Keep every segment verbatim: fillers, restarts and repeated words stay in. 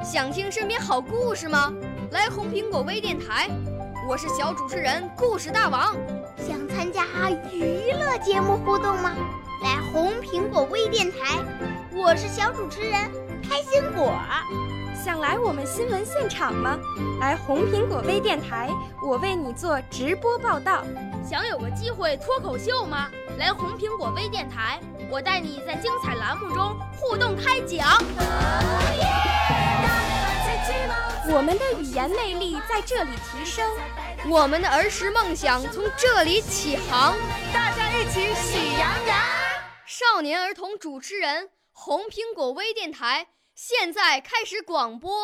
想听身边好故事吗？来红苹果微电台，我是小主持人故事大王。 想参加娱乐节目互动吗？来红苹果微电台，我是小主持人开心果。 想来我们新闻现场吗？来红苹果微电台，我为你做直播报道。 想有个机会脱口秀吗？来红苹果微电台，我带你在精彩栏目中互动开讲。 我们的语言魅力在这里提升， 我们的儿时梦想从这里起航。 大家一起喜羊羊。 少年儿童主持人，红苹果微电台现在开始广播。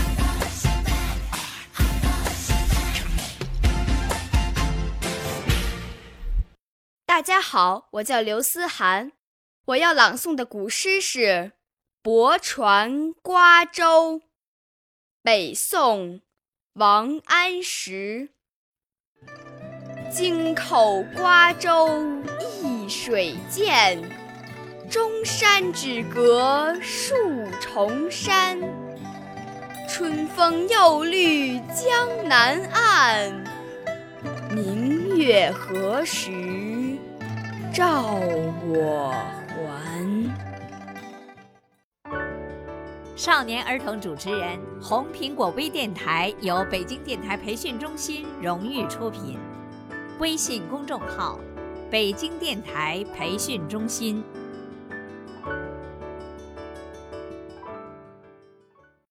大家好，我叫刘思涵，我要朗诵的古诗是《泊船瓜洲》，北宋王安石。京口瓜洲一水间，中山只隔数重山。春风又绿江南岸，明月何时照我还。 少年儿童主持人，红苹果微电台由北京电台培训中心荣誉出品，微信公众号：北京电台培训中心。